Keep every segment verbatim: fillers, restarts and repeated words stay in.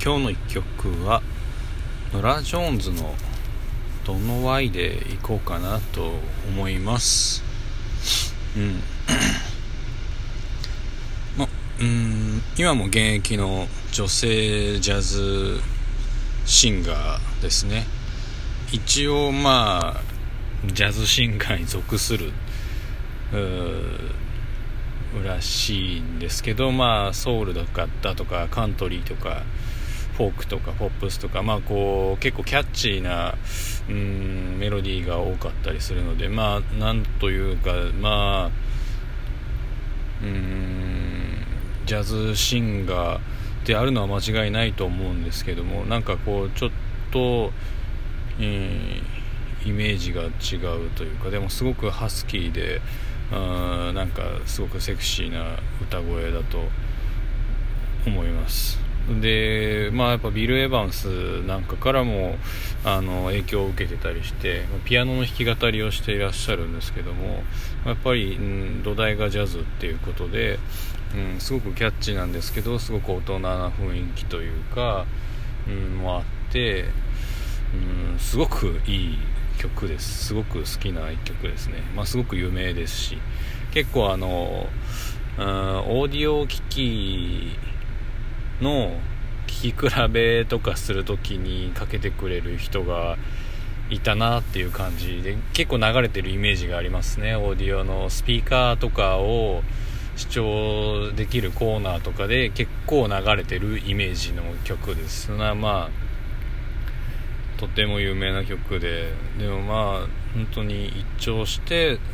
今日の一曲はノラ・ジョーンズのドノワイでいこうかなと思います。うんまうん今も現役の女性ジャズシンガーですね。一応まあジャズシンガーに属するらしいんですけど、まあソウルだとかカントリーとかフォークとかポップスとか、まあこう結構キャッチーなうーんメロディーが多かったりするので、まあなんというかまあうーんジャズシンガーであるのは間違いないと思うんですけども、なんかこうちょっと、えー、イメージが違うというか、でもすごくハスキーであなんかすごくセクシーな歌声だと思います。でまあやっぱビル・エヴァンスなんかからもあの影響を受けてたりしてピアノの弾き語りをしていらっしゃるんですけども、やっぱり、うん、土台がジャズっていうことで、うん、すごくキャッチーなんですけどすごく大人な雰囲気というか、うん、もあって、うん、すごくいい曲です。すごく好きな一曲ですね。まあ、すごく有名ですし、結構あの、うん、オーディオ機器の聞き比べとかするときにかけてくれる人がいたなっていう感じで、結構流れてるイメージがありますね。オーディオのスピーカーとかを視聴できるコーナーとかで結構流れてるイメージの曲です。まあとても有名な曲で、でもまあ本当に一聴して、うん、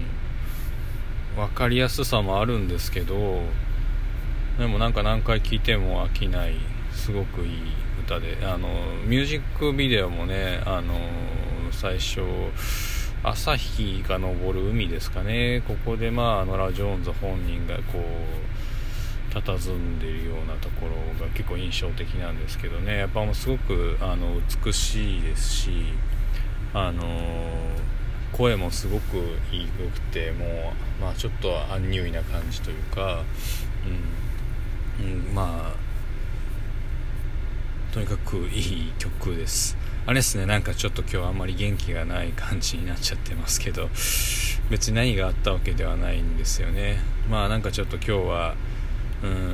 分かりやすさもあるんですけど、でもなんか何回聴いても飽きないすごくいい歌で、あのミュージックビデオもね、あの最初朝日が昇る海ですかね、ここでまあノラ・ジョーンズ本人がこう佇んでいるようなところが結構印象的なんですけどね、やっぱもうすごくあの美しいですし、あの声もすごくいいくて、もう、まあ、ちょっとアンニュイな感じというか、うん、うん、まあとにかくいい曲です。あれですね、なんかちょっと今日あんまり元気がない感じになっちゃってますけど、別に何があったわけではないんですよね。まあなんかちょっと今日はうーん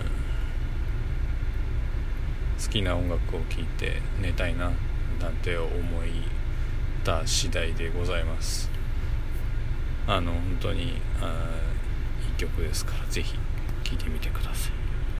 好きな音楽を聴いて寝たいななんて思いた次第でございます。あの本当にあいい曲ですから、ぜひ聴いてみてください。